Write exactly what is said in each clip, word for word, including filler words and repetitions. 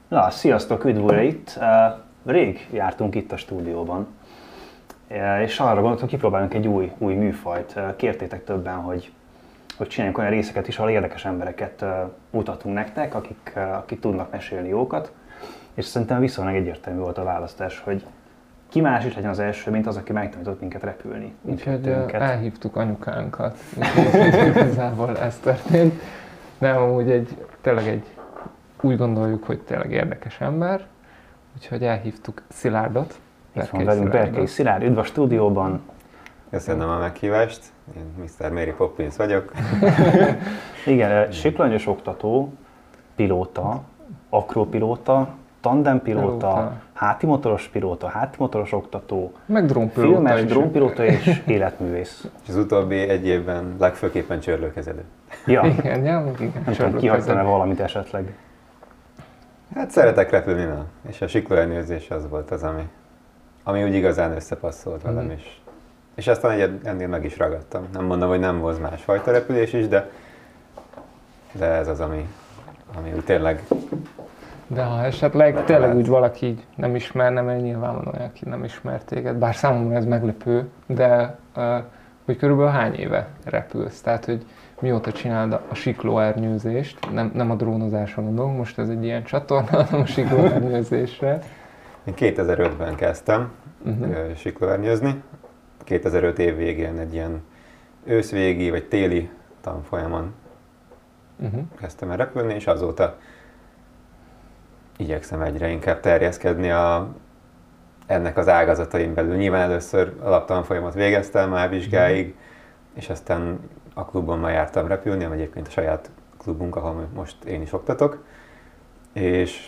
Na, sziasztok, üdv újra itt. Rég jártunk itt a stúdióban, és arra gondoltam, kipróbálunk egy új, új műfajt. Kértétek többen, hogy, hogy csináljunk olyan részeket is, ahol érdekes embereket mutatunk nektek, akik, akik tudnak mesélni jókat. És szerintem viszonylag egyértelmű volt a választás, hogy ki más is legyen az első, mint az, aki megtanított minket repülni. Úgyhogy elhívtuk anyukánkat, igazából ez történt. Nem, amúgy egy, tényleg egy, úgy gondoljuk, hogy tényleg érdekes ember, úgyhogy elhívtuk Szilárdot. Itt van velünk Berkei Szilárd, üdv a stúdióban. Köszönöm a meghívást, én miszter Mary Poppins vagyok. Igen, siklanyos oktató, pilóta, akrópilóta, tandempilóta, hátimotoros pilóta, hátimotoros oktató, meg drónpilóta filmes, is. drónpilóta és életművész. És az utóbbi egy évben legfőképpen csörlőkezelő. Ja, igen, ja, igen. nem tudom, kihagytam-e valamit esetleg. Hát szeretek repülni, na. És a siklóellenőrzés az volt az, ami, ami úgy igazán összepasszolt velem Mm. is. És aztán egy, ennél meg is ragadtam. Nem mondom, hogy nem volt másfajta repülés is, de, de ez az, ami, ami úgy tényleg... De ha esetleg tényleg úgy valaki így nem ismerne, mert nyilván van olyan, aki nem ismer téged, bár számomra ez meglepő, de uh, hogy körülbelül hány éve repülsz? Tehát, hogy mióta csinálod a siklóernyőzést, nem, nem a drónozáson gondolom, most ez egy ilyen csatorna, hanem a siklóernyőzésre. Én kétezer-ötben kezdtem uh-huh. siklóernyőzni. kétezer-öt év végén egy ilyen őszvégi vagy téli tanfolyamon uh-huh. kezdtem el repülni, és azóta igyekszem egyre inkább terjeszkedni a, ennek az ágazatain belül. Nyilván először alaptanfolyamot végeztem már vizsgáig, uh-huh. és aztán a klubban már jártam repülni, ami egyébként a saját klubunk, ahol most én is oktatok. És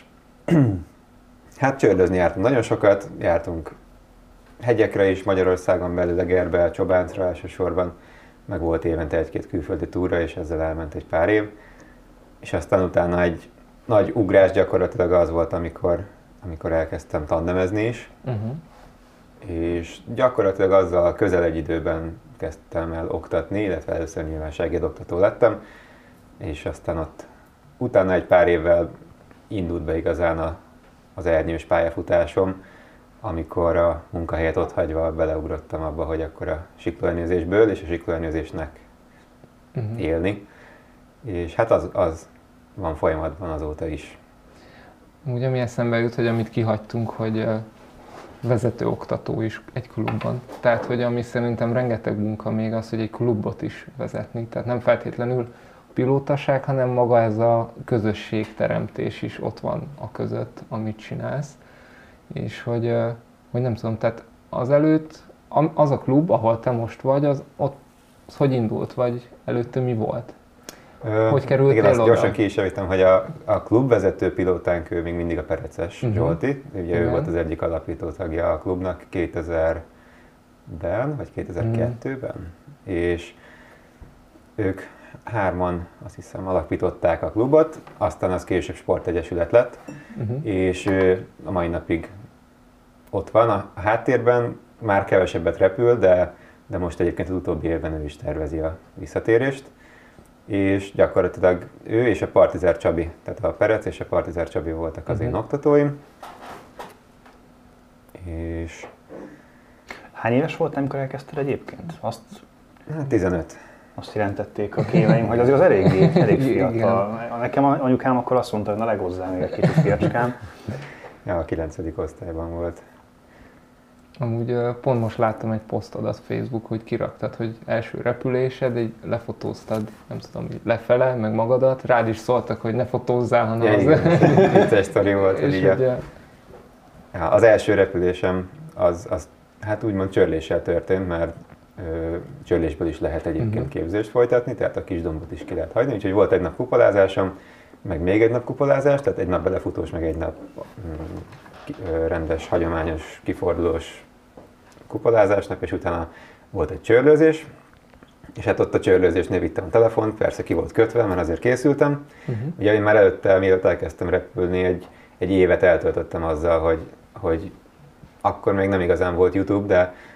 hát csőrdözni jártunk nagyon sokat, jártunk hegyekre is, Magyarországon belül, Egerbe, Csobáncra elsősorban, meg volt évente egy-két külföldi túra, és ezzel elment egy pár év. És aztán utána egy nagy ugrás gyakorlatilag az volt, amikor, amikor elkezdtem tandemezni is. Uh-huh. És gyakorlatilag azzal közel egy időben kezdtem el oktatni, illetve először nyilván segédoktató lettem, és aztán ott utána egy pár évvel indult be igazán a, az ernyős pályafutásom, amikor a munkahelyet otthagyva beleugrottam abba, hogy akkor a siklóernyőzésből és a siklóernyőzésnek uh-huh. élni. És hát az, az van folyamatban azóta is. Ugye mi eszembe jut, hogy amit kihagytunk, hogy vezető oktató is egy klubban. Tehát, hogy ami szerintem rengeteg munka még az, hogy egy klubot is vezetni. Tehát nem feltétlenül pilótaság, hanem maga ez a közösségteremtés is ott van a között, amit csinálsz. És hogy, hogy nem tudom, tehát azelőtt az a klub, ahol te most vagy, az ott az hogy indult, vagy előtte mi volt? Ö, hogy kerültél igen, oda? azt gyorsan ki is javítom, hogy a, a klubvezető pilótánk ő még mindig a Pereces uh-huh. Zsolti. Ugye igen. Ő volt az egyik alapító tagja a klubnak kétezerben, vagy kétezer-kettőben. Uh-huh. És ők hárman azt hiszem alapították a klubot, aztán az később sportegyesület lett, uh-huh. és ő a mai napig ott van a háttérben, már kevesebbet repül, de, de most egyébként az utóbbi évben ő is tervezi a visszatérést. És gyakorlatilag ő és a Partizer Csabi, tehát a Perec és a Partizer Csabi voltak az uh-huh. én oktatóim. És... Hány éves volt, amikor elkezdted egyébként? Azt... Hát tizenöt. Azt jelentették a kéveim, hogy azért az eléggé, elég fiatal. Nekem anyukám akkor azt mondta, hogy na legozzál még egy kicsit fiacskám. Ja, a kilencedik osztályban volt. Amúgy pont most láttam egy posztodat Facebook, hogy kiraktad, hogy első repülésed, így lefotóztad, nem tudom, lefele, meg magadat, rád is szóltak, hogy ne fotózzál, hanem ja, az... Igen, vicces sztori volt, hogy így a... ugye... ja, az első repülésem az, az hát úgymond csörléssel történt, mert ö, csörlésből is lehet egyébként uh-huh. képzést folytatni, tehát a kis dombot is ki lehet hagyni, úgyhogy volt egy nap kupolázásom, meg még egy nap kupolázás, tehát egy nap belefutós, meg egy nap mm, rendes, hagyományos, kifordulós kupolázásnap, és utána volt egy csörlőzés, és hát ott a csörlőzésnél vittem a telefont, persze ki volt kötve, mert azért készültem. Uh-huh. Ugye én már előtte, mielőtt elkezdtem repülni, egy, egy évet eltöltöttem azzal, hogy, hogy akkor még nem igazán volt YouTube, de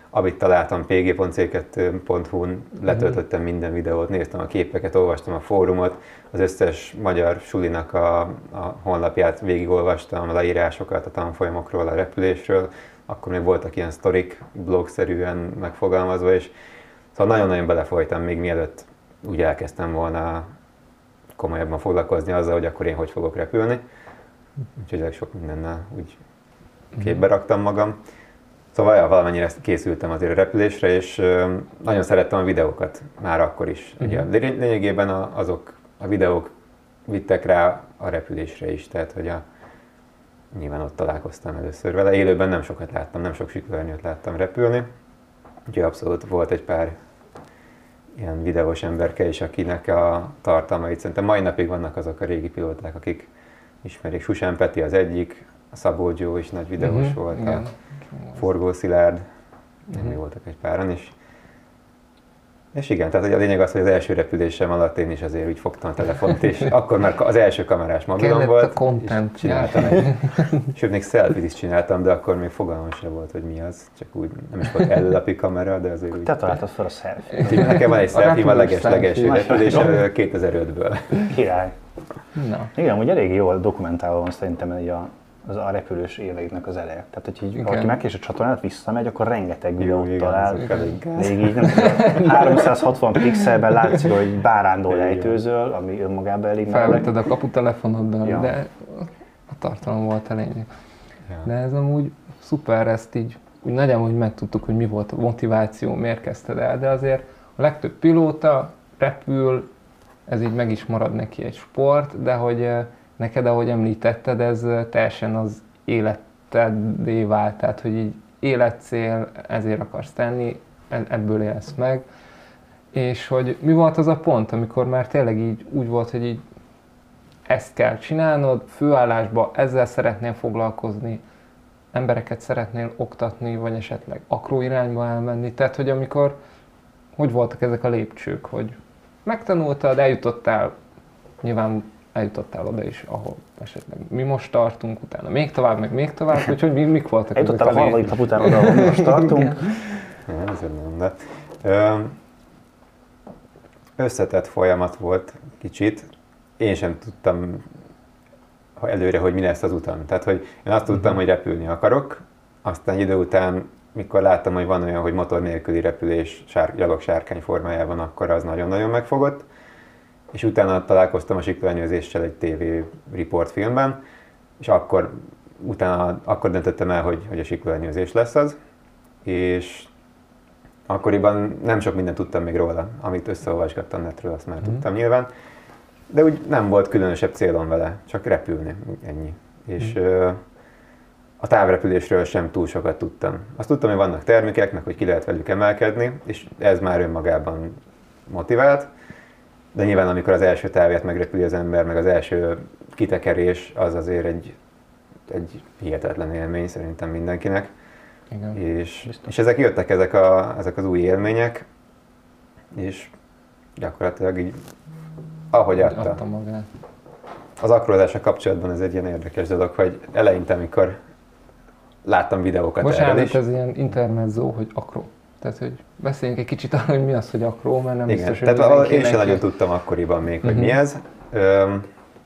amit találtam pé gé pont cé kettő pont hu-n, letöltöttem minden videót, néztem a képeket, olvastam a fórumot, az összes magyar sulinak a, a honlapját végigolvastam, a leírásokat a tanfolyamokról, a repülésről, akkor még voltak ilyen sztorik, blogszerűen megfogalmazva, és szóval nagyon-nagyon belefolytam még mielőtt úgy elkezdtem volna komolyabban foglalkozni azzal, hogy akkor én hogy fogok repülni. Úgyhogy elég sok mindennel úgy képbe raktam magam. Szóval ja, valamennyire készültem azért a repülésre, és ö, nagyon szerettem a videókat már akkor is. Uh-huh. Ugye, lényegében a, azok a videók vittek rá a repülésre is, tehát hogy a, nyilván ott találkoztam először vele. Élőben nem sokat láttam, nem sok siklóernyőt láttam repülni. Úgyhogy abszolút volt egy pár ilyen videós emberke is, akinek a tartalmait szerintem mai napig vannak azok a régi pilóták, akik ismerik. Susán Peti az egyik, a Szabó Gyó is nagy videós uh-huh, volt, igen. A Forgó Szilárd, uh-huh. mi voltak egy páran is. És igen, tehát a lényeg az, hogy az első repülésem alatt én is azért úgy fogtam a telefont, és akkor már az első kamerás mobilom volt. Kellett a content. Csináltam egy, sőt még selfie is csináltam, de akkor még fogalmam sem volt, hogy mi az. Csak úgy nem is volt előlapi kamera, de azért úgy... Te találtad fel a selfie. Nekem van egy selfie, a leges-leges repülés kétezer-ötből. Király. Na. Igen, úgy elég jól dokumentálva van szerintem egy a, az a repülős éveidnek az eleje. Tehát, hogy így, valaki megkérdez a csatornát, visszamegy, akkor rengeteg videót talál. Még így nem tudom, háromszázhatvan pixelben látszik, hogy bárándul lejtőzöl, ami önmagában elég meleg. Felvetted a kaputelefonoddal, ja. de a tartalom volt a lényeg. Ja. De ez amúgy szuper, ezt így úgy nagyjából úgy megtudtuk, hogy mi volt a motiváció, miért kezdted el, de azért a legtöbb pilóta repül, ez így meg is marad neki egy sport, de hogy neked, ahogy említetted, ez teljesen az életedé vált, tehát hogy így életcél, ezért akarsz tenni, ebből élsz meg. És hogy mi volt az a pont, amikor már tényleg így úgy volt, hogy így ezt kell csinálnod, főállásba ezzel szeretnél foglalkozni, embereket szeretnél oktatni, vagy esetleg akró irányba elmenni, tehát hogy amikor, hogy voltak ezek a lépcsők, hogy megtanultad, eljutottál, nyilván eljutottál oda is, ahol esetleg mi most tartunk, utána még tovább, meg még tovább, úgyhogy mi, mik voltak ezek a lépcsők? Eljutottál a harmadik nap után oda, ahol mi most tartunk. Ja, ezért nem, de ö, összetett folyamat volt kicsit. Én sem tudtam előre, hogy mi lesz az utam. Tehát, hogy én azt tudtam, hogy repülni akarok, aztán idő után, mikor láttam, hogy van olyan, hogy motor nélküli repülés sár, gyalog sárkány formájában, akkor az nagyon-nagyon megfogott. És utána találkoztam a siklóernyőzéssel egy té vé riportfilmben, és akkor, utána, akkor döntöttem el, hogy, hogy a siklóernyőzés lesz az. És akkoriban nem sok mindent tudtam még róla, amit összeolvasgattam netről, azt már mm. tudtam nyilván. De úgy nem volt különösebb célom vele, csak repülni, ennyi. Mm. És ö, a távrepülésről sem túl sokat tudtam. Azt tudtam, hogy vannak termékek, meg hogy ki lehet velük emelkedni, és ez már önmagában motivált. De nyilván amikor az első távját megrepüli az ember, meg az első kitekerés, az azért egy, egy hihetetlen élmény szerintem mindenkinek. Igen. És, és ezek jöttek, ezek, a, ezek az új élmények, és gyakorlatilag így, ahogy adta. adta magát. Az akrózással kapcsolatban ez egy ilyen érdekes dolog, hogy eleinte, amikor láttam videókat Bocsánat, erről is. ez ilyen intermezzo, hogy akró. Tehát, hogy beszéljünk egy kicsit arról, hogy mi az, hogy akró, mert nem Igen, biztos, hogy tehát én sem neki... nagyon tudtam akkoriban még, hogy uh-huh. mi ez. Öm,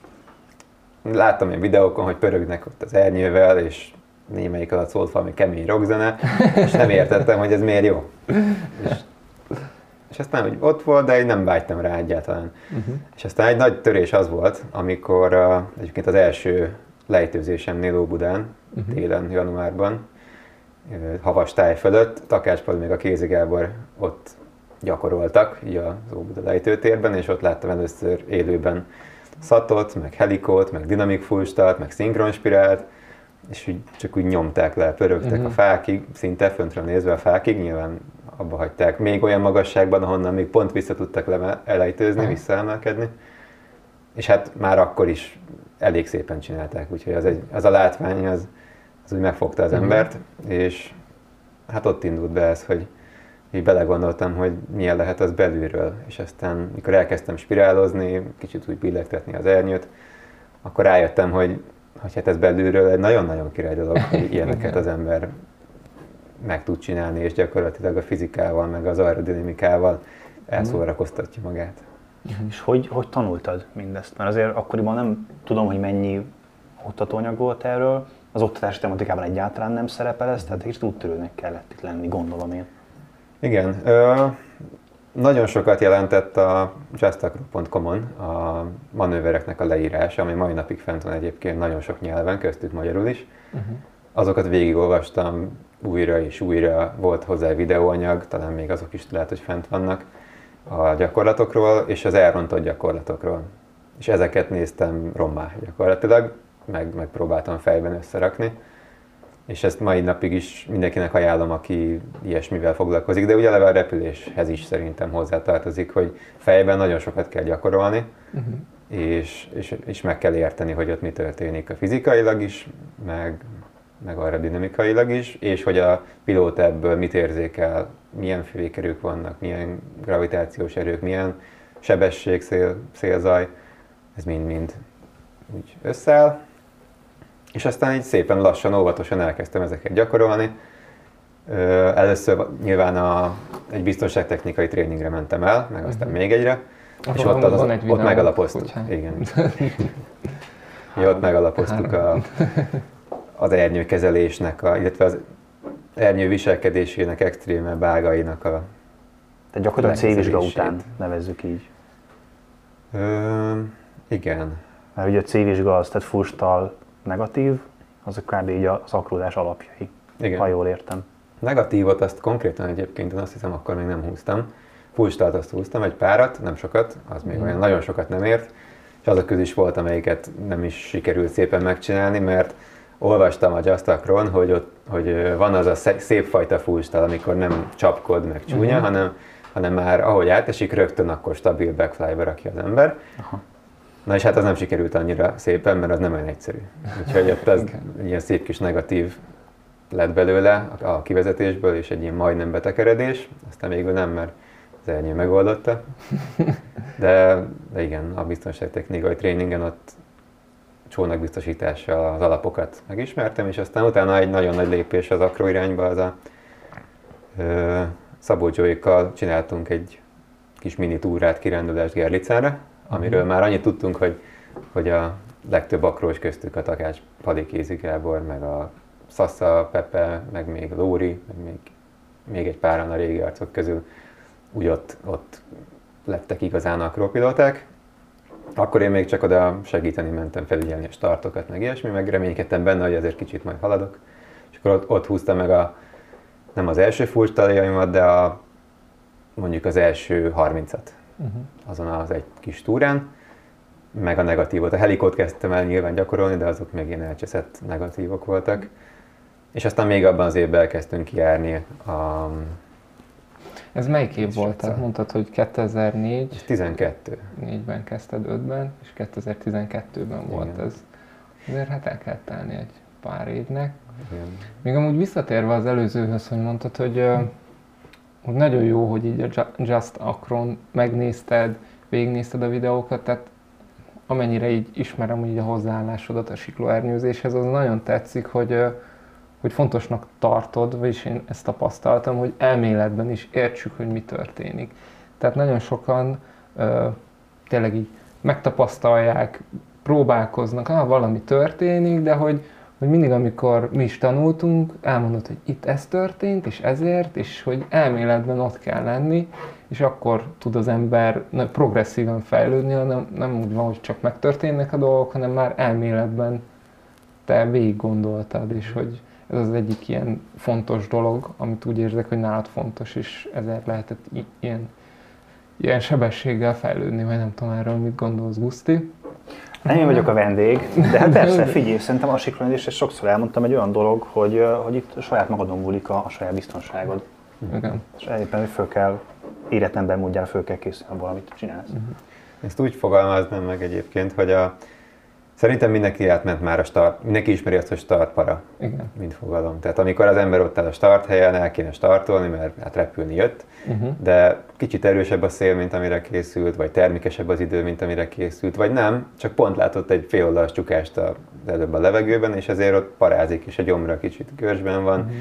láttam ilyen videókon, hogy pörögnek ott az ernyővel, és némelyik alatt szólt valami kemény rockzene, és nem értettem, hogy ez miért jó. És, és aztán hogy ott volt, de én nem vágytam rá egyáltalán. Uh-huh. És aztán egy nagy törés az volt, amikor uh, egyébként az első lejtőzésemnél Óbudán, uh-huh. télen, januárban, uh, havas táj fölött, Takács Pali meg a Kézi Gábor ott gyakoroltak, így az Óbuda lejtőtérben, és ott láttam először élőben szatot, meg helikót, meg dinamik fullstart, meg szinkronspirált, és úgy, csak úgy nyomták le, pörögtek uh-huh. a fákig, szinte föntre nézve a fákig, nyilván abba hagyták még olyan magasságban, ahonnan még pont vissza tudtak le elejtőzni, uh-huh. visszaemelkedni. És hát már akkor is elég szépen csinálták, úgyhogy az, egy, az a látvány az, az úgy megfogta az uh-huh. embert, és hát ott indult be ez, hogy így belegondoltam, hogy milyen lehet az belülről, és aztán mikor elkezdtem spirálozni, kicsit úgy billegtetni az ernyőt, akkor rájöttem, hogy hogy hát ez belülről egy nagyon-nagyon király dolog, hogy ilyeneket az ember meg tud csinálni, és gyakorlatilag a fizikával, meg az aerodinamikával elszórakoztatja magát. Uh-huh. És hogy, hogy tanultad mindezt? Mert azért akkoriban nem tudom, hogy mennyi oktatóanyag volt erről, az oktatási tematikában egyáltalán nem szerepel ez, tehát kicsit úttörőnek kellett itt lenni, gondolom én. Igen. Ö, nagyon sokat jelentett a just acro pont com-on a manővereknek a leírása, ami mai napig fent van egyébként nagyon sok nyelven, köztük magyarul is. Uh-huh. Azokat végigolvastam újra és újra, volt hozzá videóanyag, talán még azok is lehet, hogy fent vannak a gyakorlatokról és az elrontott gyakorlatokról. És ezeket néztem rommá gyakorlatilag, meg, megpróbáltam fejben összerakni. És ezt mai napig is mindenkinek ajánlom, aki ilyesmivel foglalkozik, de ugye eleve a repüléshez is szerintem hozzátartozik, hogy fejben nagyon sokat kell gyakorolni, uh-huh. és, és, és meg kell érteni, hogy ott mi történik a fizikailag is, meg, meg aerodinamikailag is, és hogy a pilóta ebből mit érzékel, milyen fékerők vannak, milyen gravitációs erők, milyen sebesség, szél, szélzaj, ez mind-mind úgy összeáll. És aztán így szépen lassan, óvatosan elkezdtem ezeket gyakorolni. Először nyilván a, egy biztonságtechnikai tréningre mentem el, meg aztán uh-huh. még egyre, Arra és ott, az, ott, ott megalapoztuk. Igen. Ja, ott megalapoztuk a, az ernyőkezelésnek, a, illetve az ernyő viselkedésének, extrémebb ágainak a Tehát gyakorlatilag C-vizsga után nevezzük így. Ö, igen. Mert ugye a C-vizsga az, tehát fullstall negatív, azok kb. Így az akrózás alapjai, igen. Ha jól értem. Negatívot azt konkrétan egyébként, azt hiszem akkor még nem húztam. Fullstallt azt húztam, egy párat, nem sokat, az még mm. olyan nagyon sokat nem ért, és azok közül is volt, amelyiket nem is sikerült szépen megcsinálni, mert olvastam a Just Acron, hogy, ott, hogy van az a szép fajta fullstall, amikor nem csapkod, meg csúnya, mm-hmm. hanem, hanem már ahogy átesik, rögtön akkor stabil backfly-ba rakja az ember. Aha. Na és hát az nem sikerült annyira szépen, mert az nem olyan egyszerű. Úgyhogy ott az egy ilyen szép kis negatív lett belőle a kivezetésből, és egy ilyen majdnem betekeredés. Aztán végül nem, mert az ernyő megoldotta. De, de igen, a biztonságtechnikai tréningen ott csónakbiztosítással az alapokat megismertem, és aztán utána egy nagyon nagy lépés az akro irányba, az a ö, Szabó Joey-kkal csináltunk egy kis mini túrát, kirándulást Gerlicánra, amiről uh-huh. már annyit tudtunk, hogy, hogy a legtöbb akrós köztük a Takács Padi Kézi Gábor, meg a Szassa, Pepe, meg még Lóri, meg még, még egy páran a régi arcok közül úgy ott, ott lettek igazán akrópilóták. Akkor én még csak oda segíteni mentem, felügyelni a startokat, meg ilyesmi, meg reménykedtem benne, hogy ezért kicsit majd haladok. És akkor ott, ott húztam meg a, nem az első fullstalljaimat, de a, mondjuk az első harmincat. Uh-huh. Azon az egy kis túrán, meg a negatívot. A helikót kezdtem el nyilván gyakorolni, de azok még ilyen elcseszett negatívok voltak. És aztán még abban az évben elkezdtünk kijárni a... Ez melyik év volt? Tehát mondtad, hogy kétezer-négy... tizenkettő. négyben kezdted, ötben, és kétezer-tizenkettőben igen. volt ez. Azért hát el kell telni egy pár évnek. Igen. Még amúgy visszatérve az előzőhöz, hogy mondtad, hogy, hogy nagyon jó, hogy így a Just Acron megnézted, végignézted a videókat, tehát amennyire így ismerem így a hozzáállásodat a siklóernyőzéshez, az nagyon tetszik, hogy, hogy fontosnak tartod, vagyis én ezt tapasztaltam, hogy elméletben is értsük, hogy mi történik. Tehát nagyon sokan ö, tényleg így megtapasztalják, próbálkoznak, ah, valami történik, de hogy, hogy mindig, amikor mi is tanultunk, elmondod, hogy itt ez történt, és ezért, és hogy elméletben ott kell lenni, és akkor tud az ember progresszíven fejlődni, hanem nem úgy van, hogy csak megtörténnek a dolgok, hanem már elméletben te végig gondoltad, és hogy ez az egyik ilyen fontos dolog, amit úgy érzek, hogy nálad fontos, és ezért lehetett i- ilyen, ilyen sebességgel fejlődni, vagy nem tudom erről, mit gondolsz, Guszti? Nem én vagyok a vendég, de hát persze, figyelj, szerintem a siklóernyőzés, és sokszor elmondtam, egy olyan dolog, hogy, hogy itt saját magadon múlik a, a saját biztonságod. Igen. És éppen, hogy föl kell, életemben módjára föl kell készülni, valamit csinálsz. Uh-huh. Ezt úgy fogalmaznám meg egyébként, hogy a, szerintem mindenki átment már a start, mindenki ismeri azt, hogy startpara, igen. mint fogalom. Tehát amikor az ember ott áll a start helyen, el kéne startolni, mert hát repülni jött, uh-huh. de kicsit erősebb a szél, mint amire készült, vagy termikesebb az idő, mint amire készült, vagy nem, csak pont látott egy fél oldalas csukást az előbb a levegőben, és ezért ott parázik, és a gyomra kicsit görcsben van, uh-huh.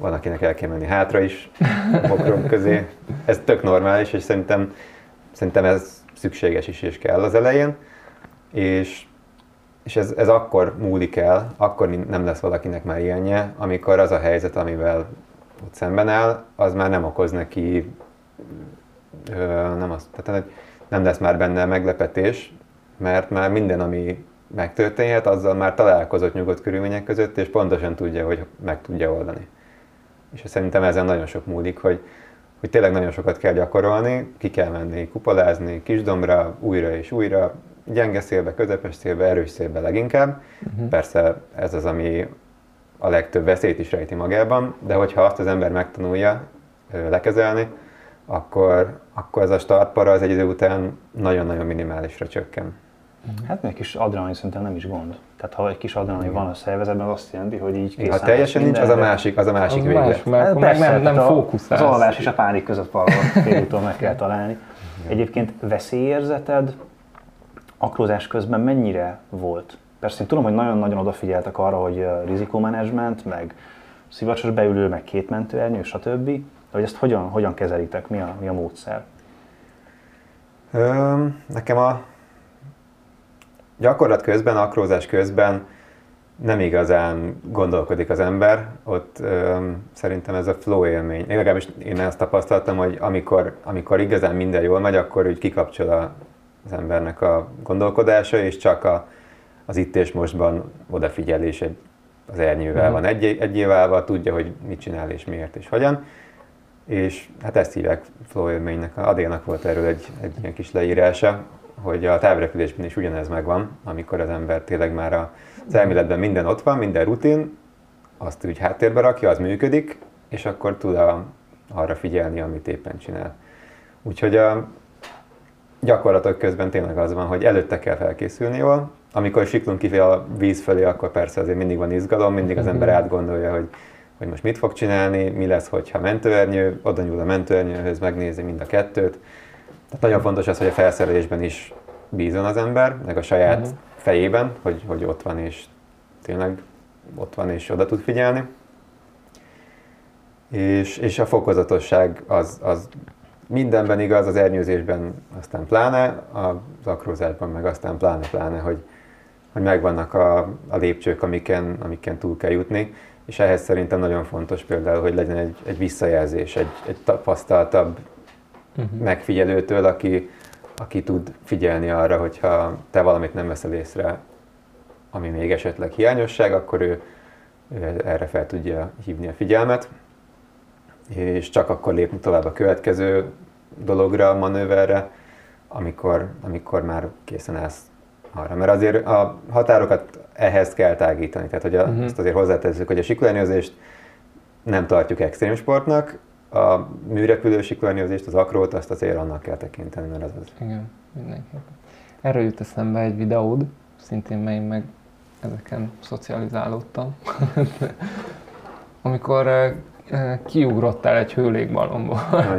van, akinek el kell menni hátra is a bokrom közé. Ez tök normális, és szerintem, szerintem ez szükséges is és kell az elején. És, és ez, ez akkor múlik el, akkor nem lesz valakinek már ilyenje, amikor az a helyzet, amivel ott szemben áll, az már nem okoz neki, nem, az, tehát nem lesz már benne meglepetés, mert már minden, ami megtörténhet, azzal már találkozott nyugodt körülmények között, és pontosan tudja, hogy meg tudja oldani. És szerintem ezen nagyon sok múlik, hogy, hogy tényleg nagyon sokat kell gyakorolni, ki kell menni kupolázni, Kisdombra, újra és újra, gyenge szélbe, közepes szélbe, erős szélbe leginkább. Uh-huh. Persze ez az, ami a legtöbb veszélyt is rejti magában, de hogyha azt az ember megtanulja lekezelni, akkor, akkor ez a startpara az egy idő után nagyon-nagyon minimálisra csökken. Hát egy kis adrenalin szerintem nem is gond. Tehát ha egy kis adrenalin van a szervezetben, az azt jelenti, hogy így készen. Ha teljesen nincs, az a másik, az a másik az véglet. Más, mert meg nem, nem fókuszálsz. Az alvás és a pánik között valahol félúton meg kell találni. Egyébként veszélyérzeted akrózás közben mennyire volt? Persze én tudom, hogy nagyon-nagyon odafigyeltek arra, hogy rizikómenedzsment, meg szivacsos beülő, meg két mentőernyő, stb. De hogy ezt hogyan, hogyan kezelitek? Mi a, mi a módszer? Ö, nekem a gyakorlat közben, akrózás közben nem igazán gondolkodik az ember. Ott ö, szerintem ez a flow élmény. Én legalábbis én ezt tapasztaltam, hogy amikor, amikor igazán minden jól megy, akkor úgy kikapcsol a, az embernek a gondolkodása, és csak a, az itt és mostban odafigyelés egy, az ernyővel uh-huh. van egy, egyéválva, tudja, hogy mit csinál és miért és hogyan. És hát ezt hívják flow élménynek. Adénak volt erről egy, egy ilyen kis leírása, hogy a távrepülésben is ugyanez megvan, amikor az ember tényleg már az elméletben minden ott van, minden rutin, azt úgy háttérbe rakja, az működik, és akkor tud a, arra figyelni, amit éppen csinál. Úgyhogy a gyakorlatok közben tényleg az van, hogy előtte kell felkészülni jól. Amikor siklunk ki a víz felé, akkor persze azért mindig van izgalom, mindig az ember átgondolja, hogy, hogy most mit fog csinálni, mi lesz, hogyha mentőernyő, oda nyúl a mentőernyőhöz, megnézi mind a kettőt. Tehát nagyon fontos az, hogy a felszerelésben is bízon az ember, meg a saját uh-huh. fejében, hogy, hogy ott van és tényleg ott van és oda tud figyelni. És, és a fokozatosság az, az mindenben igaz, az ernyőzésben aztán pláne, az akrózásban meg aztán pláne-pláne, hogy, hogy megvannak a, a lépcsők, amiken, amiken túl kell jutni. És ehhez szerintem nagyon fontos például, hogy legyen egy, egy visszajelzés, egy, egy tapasztaltabb uh-huh. megfigyelőtől, aki, aki tud figyelni arra, hogyha te valamit nem veszel észre, ami még esetleg hiányosság, akkor ő, ő erre fel tudja hívni a figyelmet, és csak akkor lépni tovább a következő dologra, a manőverre, amikor, amikor már készen állsz arra. Mert azért a határokat ehhez kell tágítani, tehát hogy a, uh-huh. azt azért hozzátesszük, hogy a siklóernyőzést nem tartjuk extrém sportnak, a műrepülő siklóernyőzést, az akrót, azt azért annak kell tekinteni, mert az az. Igen, mindenképpen. Erről jut eszembe egy videód, szintén mely meg ezeken szocializálódtam. Amikor uh, kiugrottál egy hőlégballonból.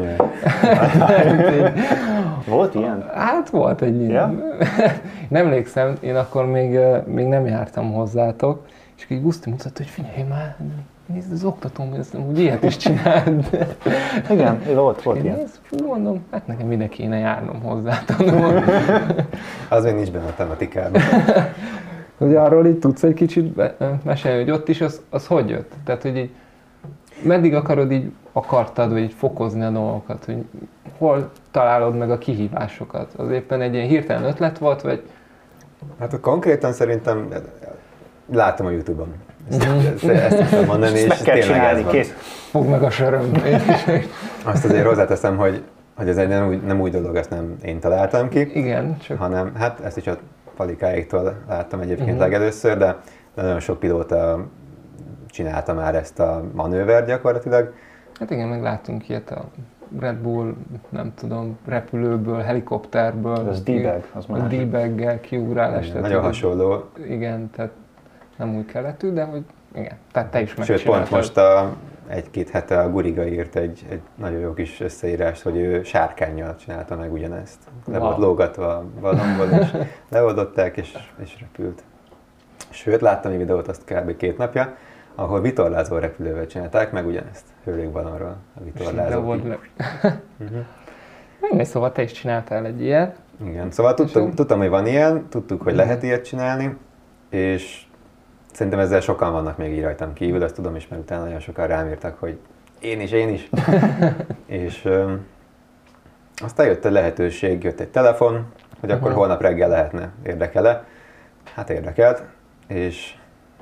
Volt ilyen? Hát volt egy ilyen. Ja? Nem emlékszem, én akkor még, még nem jártam hozzátok, és így Guszti mutatta, hogy figyelj már, nézd, az oktatóm, hogy azt úgy ilyet is csináld. Igen, volt, volt ilyen. Nézd, fú, mondom, hát nekem ide kéne járnom hozzátok. Az még nincs benne a tematikában. Hogy arról így tudsz egy kicsit mesélni, hogy ott is az, az hogy jött? Tehát, hogy így meddig akarod így akartad, vagy így fokozni a dolgokat, hogy hol találod meg a kihívásokat? Az éppen egy ilyen hirtelen ötlet volt, vagy? Hát konkrétan szerintem látom a YouTube-on. Ezt, ezt, ezt tudom mondani, és, és kell csinálni, kész. Fogd meg a söröm. Azt azért hozzáteszem, hogy, hogy ez egy nem új, nem új dolog, ezt nem én találtam ki. Igen, csak... Hanem, hát ezt is a palikáiktól láttam egyébként uh-huh. legelőször, de nagyon sok pilóta csinálta már ezt a manővert gyakorlatilag. Hát igen, meg láttunk ilyet a Red Bull, nem tudom, repülőből, helikopterből. Ez D-bag, az már. D-baggel kiugrálás. Igen, nagyon hasonló. Igen, tehát nem új keletű, de hogy igen, tehát te is megcsináltad. Sőt, pont most a, egy-két hete a Guriga írt egy, egy nagyon jó kis összeírást, hogy ő sárkánnyal csinálta meg ugyanezt. Le wow. volt lógatva a ballonból, és leoldották, és, és repült. Sőt, láttam egy videót azt kb. két napja, ahol vitorlázó repülővel csinálták, meg ugyanezt hőlékballonról a vitorlázó. uh-huh. Szóval te is csináltál egy ilyet. Igen, szóval tudtam, tudtam, hogy van ilyen, tudtuk, hogy lehet ilyet csinálni, és szerintem ezzel sokan vannak még így rajtam kívül, azt tudom is, mert utána nagyon sokan rám írtak, hogy én is, én is. És öm, aztán jött egy lehetőség, jött egy telefon, hogy akkor uh-huh. holnap reggel lehetne, érdekele. Hát érdekelt, és,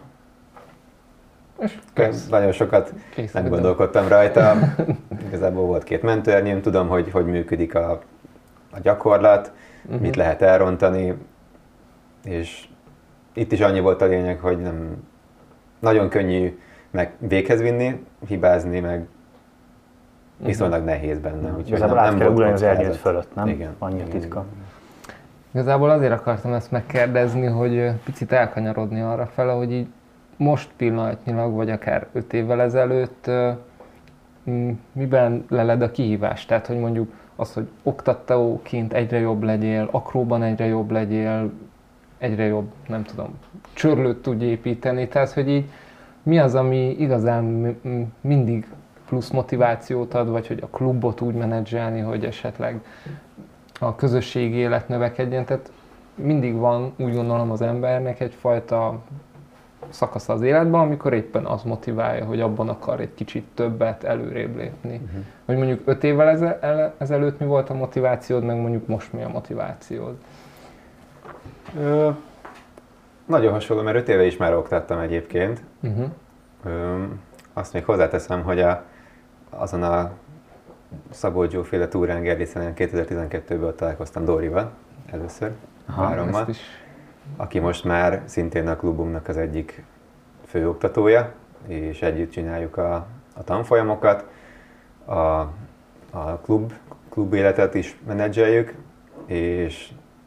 és nagyon sokat kész, meggondolkodtam rajta. Igazából volt két mentőernyőm, tudom, hogy hogy működik a, a gyakorlat, uh-huh. mit lehet elrontani, és itt is annyi volt a lényeg, hogy nem nagyon könnyű meg véghez vinni, hibázni, meg viszonylag nehéz benne. Úgyhogy igazából át kell ugrani az ernyőt fölött, nem? Igen. Annyi a titka. Igazából azért akartam ezt megkérdezni, hogy picit elkanyarodni arra fele, hogy így most pillanatnyilag, vagy akár öt évvel ezelőtt miben leled a kihívás? Tehát, hogy mondjuk az, hogy oktatóként egyre jobb legyél, akróban egyre jobb legyél, egyre jobb, nem tudom, csörlőt tudj építeni, tehát, hogy így mi az, ami igazán mindig plusz motivációt ad, vagy hogy a klubot úgy menedzselni, hogy esetleg a közösségi élet növekedjen, tehát mindig van, úgy gondolom, az embernek egyfajta szakasz az életben, amikor éppen az motiválja, hogy abban akar egy kicsit többet előrébb lépni. Uh-huh. Hogy mondjuk öt évvel ezelőtt mi volt a motivációd, meg mondjuk most mi a motivációd? Ö, nagyon hasonló, mert öt éve is már oktattam egyébként. Uh-huh. Ö, azt még hozzáteszem, hogy a, azon a Szabó Joe féle túrán Gerlészen kétezer-tizenkettőben találkoztam Dórival először, párommal, aki most már szintén a klubunknak az egyik főoktatója, és együtt csináljuk a, a tanfolyamokat, a, a klub, klub életet is menedzseljük, és,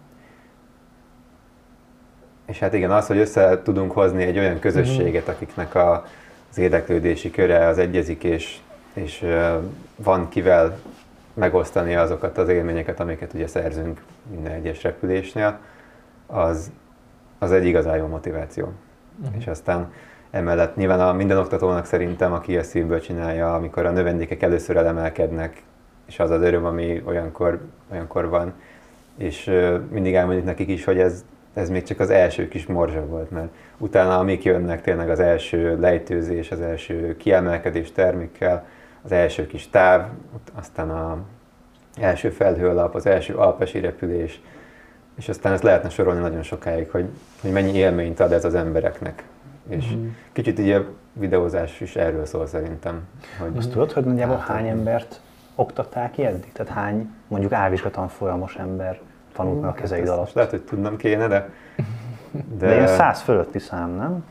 és hát igen, az, hogy össze tudunk hozni egy olyan közösséget, akiknek a, az érdeklődési köre az egyezik, és és uh, van kivel megosztani azokat az élményeket, amiket ugye szerzünk minden egyes repülésnél, az, az egy igazán jó motiváció. Uh-huh. És aztán emellett nyilván a minden oktatónak szerintem, aki ezt szívből csinálja, amikor a növendékek először elemelkednek, és az az öröm, ami olyankor, olyankor van, és uh, mindig elmondjuk nekik is, hogy ez, ez még csak az első kis morzsa volt, mert utána, amik jönnek tényleg az első lejtőzés, az első kiemelkedés termékkel, az első kis táv, aztán az első felhőalap, az első alpesi repülés, és aztán ezt lehetne sorolni nagyon sokáig, hogy, hogy mennyi élményt ad ez az embereknek. És mm. kicsit így a videózás is erről szól szerintem. Hogy azt tudod, hogy nagyjából hány embert oktattál ki eddig? Tehát hány mondjuk álvizsgatanfolyamos ember tanult meg a kezeid alatt? Lehet, hogy tudnom kéne, de... De, de ilyen száz fölötti szám, nem?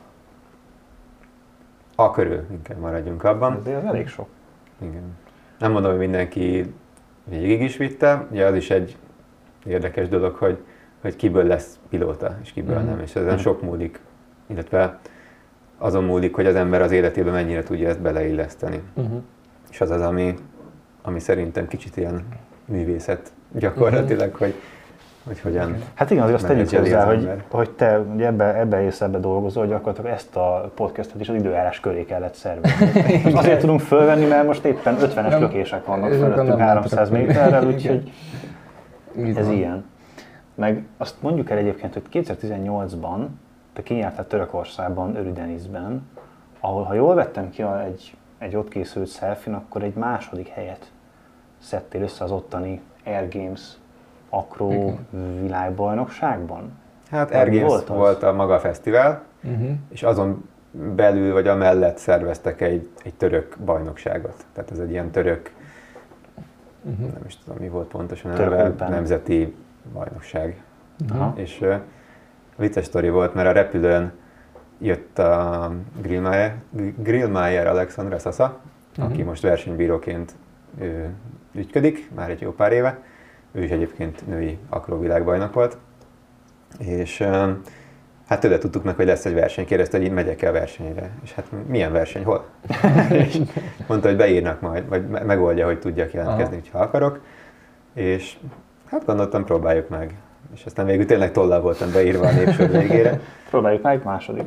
A körül inkább maradjunk abban. Ez az elég sok. Igen. Nem mondom, hogy mindenki végig is vitte, ugye az is egy érdekes dolog, hogy, hogy kiből lesz pilóta, és kiből mm. nem, és ezen mm. sok múlik, illetve azon múlik, hogy az ember az életében mennyire tudja ezt beleilleszteni. Mm-hmm. És az az, ami, ami szerintem kicsit ilyen művészet gyakorlatilag, mm-hmm. hogy hogy hogyan. Hát igen, azért azt tegyük hozzá, hogy, hogy te ugye ebbe, ebbe ész, ebbe dolgozol, hogy gyakorlatilag ezt a podcastet is az időjárás köré kellett szervezni. Most azért tudunk fölvenni, mert most éppen ötvenes lökések vannak fölöttünk háromszáz méterrel, úgyhogy ez ilyen. Meg azt mondjuk el egyébként, hogy kétezer-tizennyolcban te kijártál Törökországban, Örüdenizben, ahol, ha jól vettem ki egy, egy ott készült selfie-n, akkor egy második helyet szedtél össze az ottani Air Games akró világbajnokságban? Hát Air Games volt, volt a maga fesztivál, uh-huh. és azon belül vagy amellett szerveztek egy, egy török bajnokságot. Tehát ez egy ilyen török, uh-huh. nem is tudom mi volt pontosan, neve, nemzeti bajnokság. Uh-huh. És uh, vicces sztori volt, mert a repülőn jött a Grillmeier, Grillmeier Alexandra Sasa, uh-huh. aki most versenybíróként ő, ügyködik, már egy jó pár éve. Ő is egyébként női akróvilágbajnok volt, és hát tőle tudtuk meg, hogy lesz egy verseny, kérdezte, hogy én megyek-e a versenyre, és hát milyen verseny, hol? És mondta, hogy beírnak majd, vagy megoldja, hogy tudjak jelentkezni, ha akarok, és hát gondoltam, próbáljuk meg. És aztán végül tényleg tollal voltam beírva a népsor végére. Próbáljuk meg, második.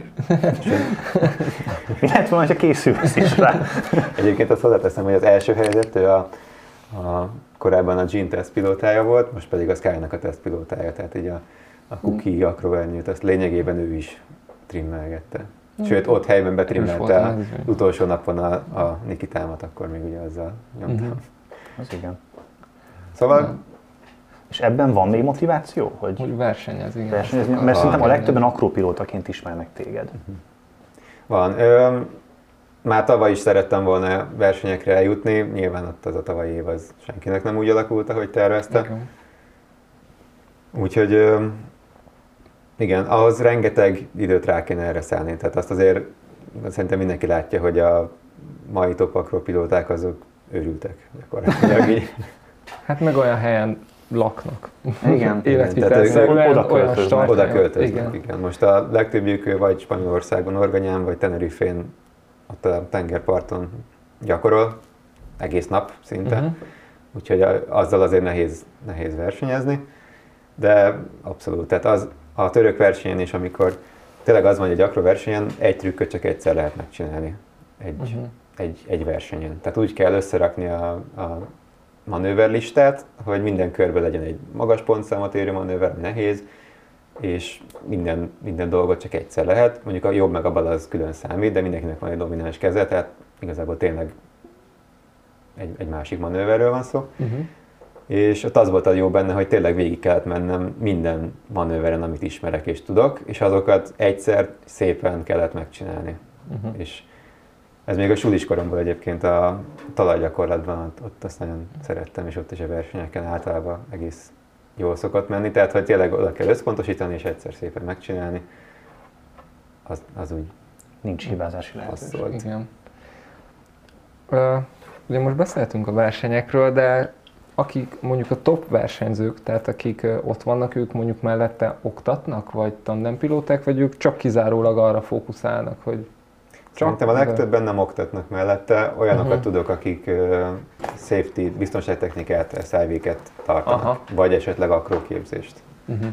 Mi lehet volna, ha készülsz is rá? Egyébként azt hozzáteszem, hogy az első helyzet, ő a, a, korábban a Gene tesztpilótája volt, most pedig a Sky-nak a tesztpilótája, tehát így a, a Cookie Acrovernyőt, azt lényegében ő is trimmelgette. Sőt, ott helyben betrimmelte az utolsó napon a, a Nikitámat, akkor még ugye azzal nyomtam. Uh-huh. Az igen. Szóval... Uh-huh. És ebben van még motiváció? Hogy, hogy versenyez, igen. Versenyezni, mert szerintem a legtöbben akrópilótaként ismernek téged. Uh-huh. Van. Ö, már tavaly is szerettem volna versenyekre eljutni, nyilván ott az a tavalyi év az senkinek nem úgy alakult, ahogy tervezte. Uh-huh. Úgyhogy ö, igen, ahhoz rengeteg időt rá kéne erre szállni. Tehát azt azért szerintem mindenki látja, hogy a mai top akrópilóták azok őrültek gyakorlatilag így. Hát meg olyan helyen laknak. Igen. Életvitelszerűen oda költöznek. Oda költöznek, igen. igen. Most a legtöbbjük vagy Spanyolországban, Organyán, vagy Tenerifén, ott a tengerparton gyakorol, egész nap szinte. Uh-huh. Úgyhogy azzal azért nehéz, nehéz versenyezni. De abszolút, tehát az a török versenyen is, amikor tényleg az van, hogy egy akroversenyen egy trükköt csak egyszer lehet megcsinálni egy, uh-huh. egy, egy versenyen. Tehát úgy kell összerakni a, a manőverlistát, hogy minden körben legyen egy magas pontszámot érő manőver, ami nehéz, és minden, minden dolgot csak egyszer lehet. Mondjuk a jobb meg a bal az külön számít, de mindenkinek van egy domináns keze, tehát igazából tényleg egy, egy másik manőverről van szó. Uh-huh. És ott az volt a jó benne, hogy tényleg végig kellett mennem minden manőveren, amit ismerek és tudok, és azokat egyszer szépen kellett megcsinálni. Uh-huh. És ez még a sulis koromból egyébként a talajgyakorlatban, ott, ott azt nagyon szerettem, és ott is a versenyeken általában egész jól szokott menni, tehát hogy tényleg oda kell összpontosítani, és egyszer szépen megcsinálni, az, az úgy nincs hibázási lehetőség. Igen. Uh, ugye most beszéltünk a versenyekről, de akik mondjuk a top versenyzők, tehát akik ott vannak, ők mondjuk mellette oktatnak, vagy tandempilóták, vagy ők csak kizárólag arra fókuszálnak, hogy csak... Szerintem a legtöbben nem oktatnak mellette, olyanokat uh-huh. tudok, akik uh, safety, biztonságtechnikát, es i vé-ket tartanak, aha. vagy esetleg akróképzést. Uh-huh.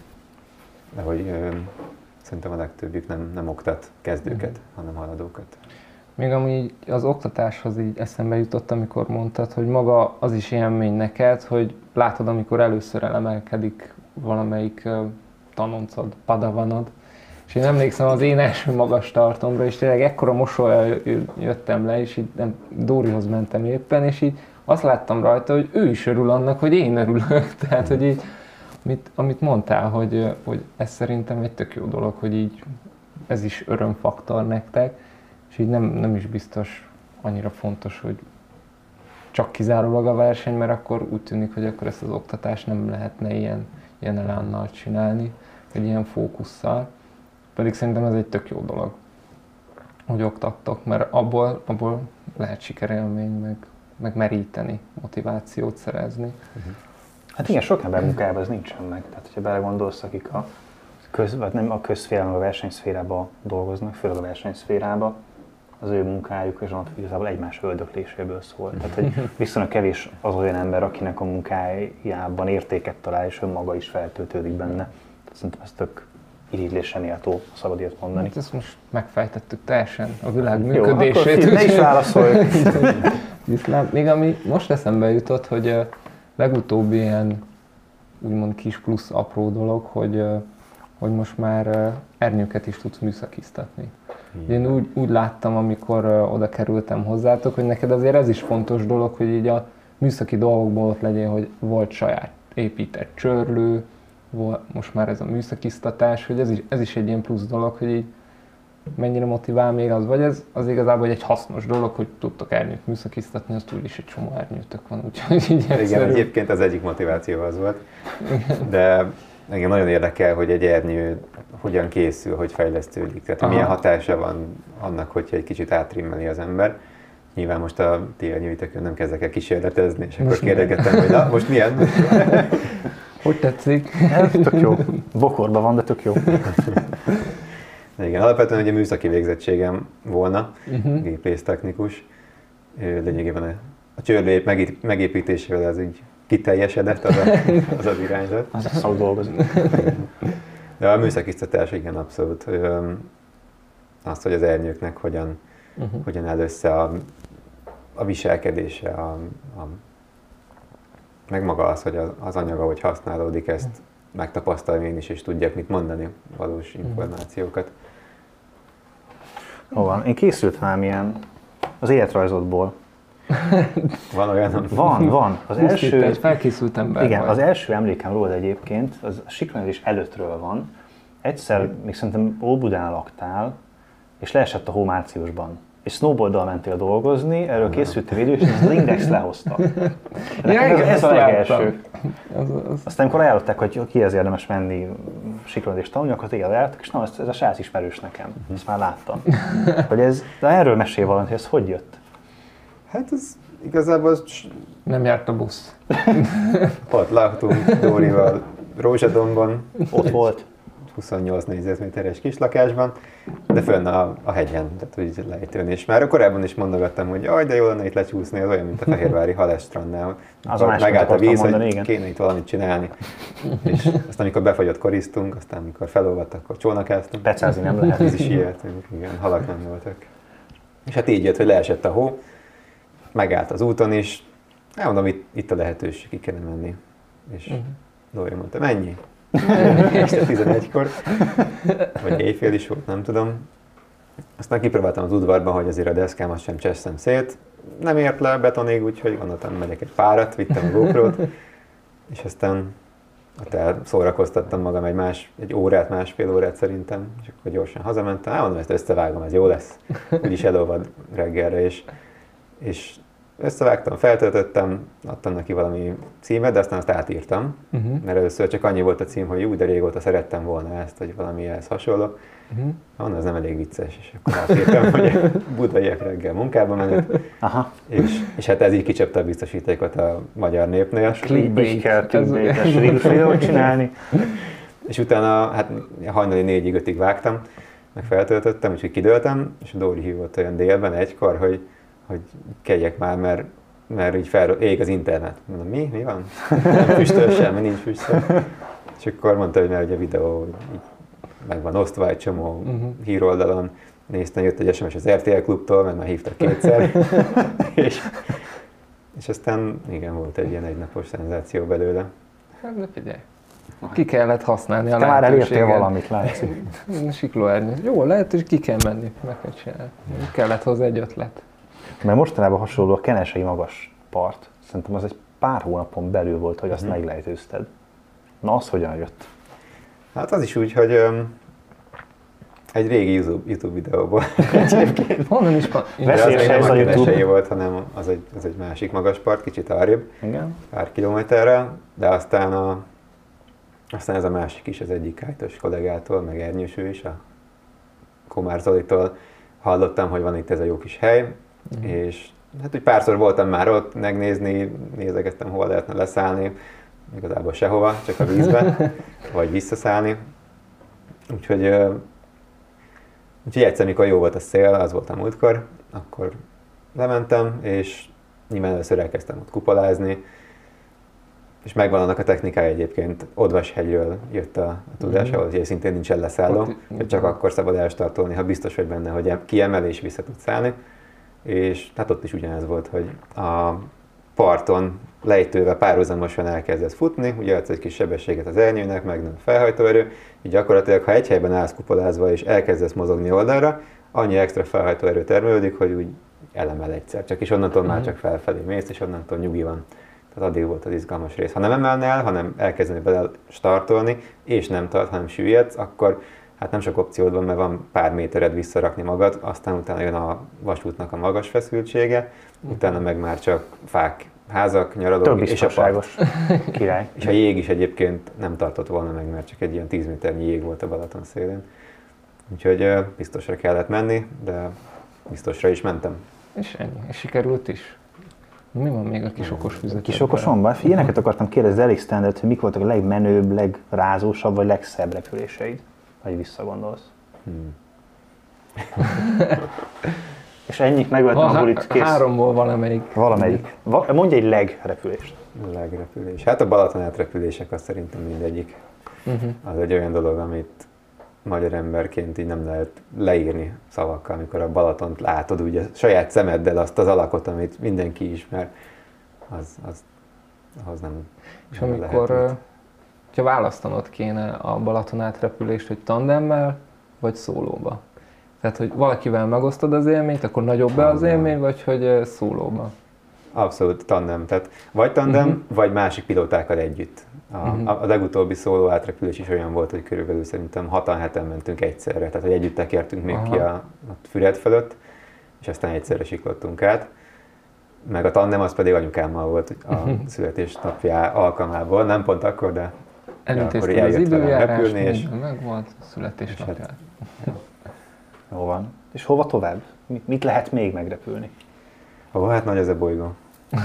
De hogy uh, szerintem a legtöbbjük nem, nem oktat kezdőket, uh-huh. hanem haladókat. Még amúgy az oktatáshoz így eszembe jutott, amikor mondtad, hogy maga az is élmény neked, hogy látod, amikor először elemelkedik valamelyik uh, tanoncod, padavanod, és én emlékszem az én első magas tartomra, és tényleg ekkora mosollyal jöttem le, és így nem, Dórihoz mentem éppen, és így azt láttam rajta, hogy ő is örül annak, hogy én örülök. Tehát, hogy így, amit, amit mondtál, hogy, hogy ez szerintem egy tök jó dolog, hogy így ez is örömfaktor nektek, és így nem, nem is biztos annyira fontos, hogy csak kizárólag a verseny, mert akkor úgy tűnik, hogy akkor ezt az oktatást nem lehetne ilyen, ilyen elánnal csinálni, vagy ilyen fókusszal. Pedig szerintem ez egy tök jó dolog, hogy oktattok, mert abból, abból lehet sikerélmény, meg, meg meríteni, motivációt szerezni. Uh-huh. Hát igen, sok ember munkájában ez nincsen meg. Tehát, hogyha belegondolsz, akik a, köz, vagy nem a közszférában, a versenyszférában dolgoznak, főleg a versenyszférában, az ő munkájuk és igazából egymás öldökléséből szól. Tehát, hogy viszonylag kevés az olyan ember, akinek a munkájában értéket talál, és önmaga is feltöltődik benne. Tehát szerintem ez tök irigylésre méltó, szabad ilyet mondani. Hát ezt most megfejtettük teljesen a világ működését. Jó, ne is válaszolj! Még ami most eszembe jutott, hogy a legutóbbi ilyen úgymond kis plusz apró dolog, hogy, hogy most már ernyőket is tudsz műszakiztatni. Én úgy, úgy láttam, amikor oda kerültem hozzátok, hogy neked azért ez is fontos dolog, hogy így a műszaki dolgokból ott legyen, hogy volt saját épített csörlő, most már ez a műszakiztatás, hogy ez is, ez is egy ilyen plusz dolog, hogy így mennyire motivál még az, vagy ez az igazából egy hasznos dolog, hogy tudtok ernyőt műszakiztatni, azt úgyis egy csomó ernyőtök van, úgyhogy így egyszerű. Igen, egyébként az egyik motiváció az volt, de engem nagyon érdekel, hogy egy ernyő hogyan készül, hogy fejlesztődik, tehát milyen hatása van annak, hogyha egy kicsit átrimmeli az ember. Nyilván most a ti ernyőitekön nem kezdek el kísérletezni, és most akkor kérdezgettem, hogy na, most milyen? Hogy tetszik? Ez tök jó. Bokorban van, de tök jó. Igen, alapvetően ugye műszaki végzettségem volna, uh-huh. gépésztechnikus. Lényegében a csörlő megépítésével ez így kiteljesedett az, a, az az irányzat. Az a szak dolgozik. De a műszakiztatás igen, abszolút. Azt, hogy az ernyőknek hogyan, uh-huh. hogyan áll össze a, a viselkedése, a, a, meg maga az, hogy az anyag, ahogy használódik, ezt uh-huh. megtapasztalom én is, és tudjak mit mondani, valós információkat. Hol van? Én készült valamilyen az életrajzodból. Van olyan? Van, van. Az első, egy felkészült ember igen, vagy. az első emlékem róla egyébként, az a Siklóernyős előttről van. Egyszer, még szerintem Óbudán laktál, és leesett a hó márciusban. És snowboarddal mentél dolgozni, erről készült a videó, és az Index lehozta. Ja, ez, igen, ez a legelső. Az, az... Aztán amikor ajánlották, hogy kihez érdemes menni siklózést tanulni, akkor téged ajánlottak, és na, ez, ez a srác ismerős nekem. Uh-huh. Ezt már láttam. Hogy ez, de erről mesél valamit, hogy ez hogy jött? Hát ez igazából... Nem járt a busz. Ott laktunk Dórival Rózsadombon. Ott volt. huszonnyolc négyzetméteres kislakásban, de fönn a, a hegyen, tehát úgy lejtőn. És már korábban is mondogattam, hogy jaj, de jó lenne itt lecsúszni, az olyan, mint a fehérvári halesstrandnál. Az a másik, megállt a víz, mondani, hogy igen. kéne itt valamit csinálni. És aztán, amikor befagyott, koriztunk, aztán, amikor felolvadt, akkor csónakáztunk. Pecázni nem lehet. Ez is ilyet, igen, halak nem voltak. És hát így jött, hogy leesett a hó, megállt az úton is, elmondom, itt, itt a lehetőség, ki kellene menni. És uh-huh. Dóri mondta, mennyi? Este tizenegykor, vagy éjfél is volt, nem tudom. Aztán kipróbáltam az udvarban, hogy azért a deszkámat sem cseszem szét. Nem ért le betonig, úgyhogy gondoltam, megyek egy párat, vittem a GoPro-t, és aztán ott elszórakoztattam magam egy, más, egy órát, másfél órát szerintem, és akkor gyorsan hazamentem. Á, mondom, ezt összevágom, ez jó lesz. Úgyis elolvad reggelre, és, és összevágtam, feltöltöttem, adtam neki valami címet, de aztán azt átírtam, uh-huh. mert először csak annyi volt a cím, hogy úgy, de régóta szerettem volna ezt, vagy valami ehhez hasonló. Uh-huh. Mondom, ez nem elég vicces, és akkor átírtam, hogy budaiak reggel munkába menett, Aha. És, és hát ez így kicsapta a biztosítékot a magyar népnél. Így kell clickbait-es videót csinálni. És utána hát hajnali négyig, ötig vágtam, meg feltöltöttem, úgyhogy kidőltem, és a Dóri hívott olyan délben egykor, hogy hogy kegyek már, mert, mert így fel, ég az internet. Mondom, mi? Mi van? Nem füstöl semmi, nincs füstöl. És akkor mondta, hogy mert ugye a videó így meg van osztva egy csomó uh-huh. híroldalon. Néztem, jött egy es em es az er té el klubtól, mert már hívtak kétszer. és, és aztán igen, volt egy ilyen egynapos szenzáció belőle. Hát de figyelj, ki kellett használni a Te már lehetőséget. elértél valamit, látszik. Siklóernyő. Jó, lehet, hogy ki kell menni, meg kell csinálni. Kellett hozzá egy ötlet. Mert mostanában hasonló a kenesei magas part. Szerintem az egy pár hónapon belül volt, hogy azt hmm. meglejtőzted. Na, az hogyan jött? Hát az is úgy, hogy um, egy régi YouTube, YouTube videóból egyébként. Honnan is van? Veszélyes ez a YouTube. volt, hanem az egy, az egy másik magas part, kicsit arrébb, Igen. pár kilométerrel, de aztán, a, aztán ez a másik is, az egyik kájtos kollégától, meg Ernyős ő is, a Komár Zolitól hallottam, hogy van itt ez a jó kis hely, mm. és hát úgy párszor voltam már ott megnézni, nézegettem, hol lehetne leszállni, igazából sehova, csak a vízbe, vagy visszaszállni. Úgyhogy, úgyhogy egyszer, mikor jó volt a szél, az volt a múltkor, akkor lementem, és nyilván először elkezdtem ott kupolázni, és megvan annak a technikája egyébként, Odvashegyről jött a, a tudás, mm-hmm. ahol ugye szintén nincsen leszálló, hogy csak akkor szabad elstartolni, ha biztos vagy benne, hogy kiemel és vissza tudsz szállni. És hát ott is ugyanez volt, hogy a parton lejtővel párhuzamosan elkezdett futni, ugye adsz egy kis sebességet az ernyőnek, meg nem felhajtóerő, így gyakorlatilag, ha egy helyben állsz kupolázva és elkezdesz mozogni oldalra, annyi extra felhajtóerő termelődik, hogy úgy elemel egyszer csak, és onnantól mm-hmm. már csak felfelé mész, és onnantól nyugi van. Tehát addig volt az izgalmas rész. Ha nem emelne el, hanem elkezdeni bele startolni, és nem tart, hanem süllyedsz, akkor hát nem sok opciód van, mert van pár métered visszarakni magad, aztán utána jön a vasútnak a magas feszültsége, utána meg már csak fák, házak, nyaralók és a part. Király. És a jég is egyébként nem tartott volna meg, mert csak egy ilyen tíz méternyi jég volt a Balaton szélén. Úgyhogy biztosra kellett menni, de biztosra is mentem. És ennyi. És sikerült is. Mi van még a kis okos füzetben? Kis okosomban? Ilyeneket akartam kérdezni, elég standard, hogy mik voltak a legmenőbb, legrázósabb vagy legszebb repüléseid, vagy visszagondolsz. Hmm. És ennyit megvettem a bulit, kész. Háromból valamelyik. Valamelyik. Va- mondj egy legrepülést. Legrepülés. Hát a Balaton átrepülések az szerintem mindegyik. Uh-huh. Az egy olyan dolog, amit magyar emberként így nem lehet leírni szavakkal, amikor a Balatont látod, ugye saját szemeddel azt az alakot, amit mindenki ismer, az, az ahhoz nem, És nem amikor, lehet. ha választanod kéne a Balaton átrepülést, hogy tandemmel, vagy szólóba? Tehát, hogy valakivel megosztod az élményt, akkor nagyobb-e az élmény, vagy hogy szólóba? Abszolút tandem. Tehát vagy tandem, uh-huh. vagy másik pilótákkal együtt. A, uh-huh. a legutóbbi szóló átrepülés is olyan volt, hogy körülbelül szerintem hatan heten mentünk egyszerre. Tehát, hogy együtt tekertünk még Aha. ki a, a Füred fölött, és aztán egyszerre siklottunk át. Meg a tandem az pedig anyukámmal volt a születésnapja alkalmából, nem pont akkor, de elintézted az időjárást, minden megvolt, a születésnapját. Jó van. És hova tovább? Mit, mit lehet még megrepülni? Ó, hát nagy ez a bolygó.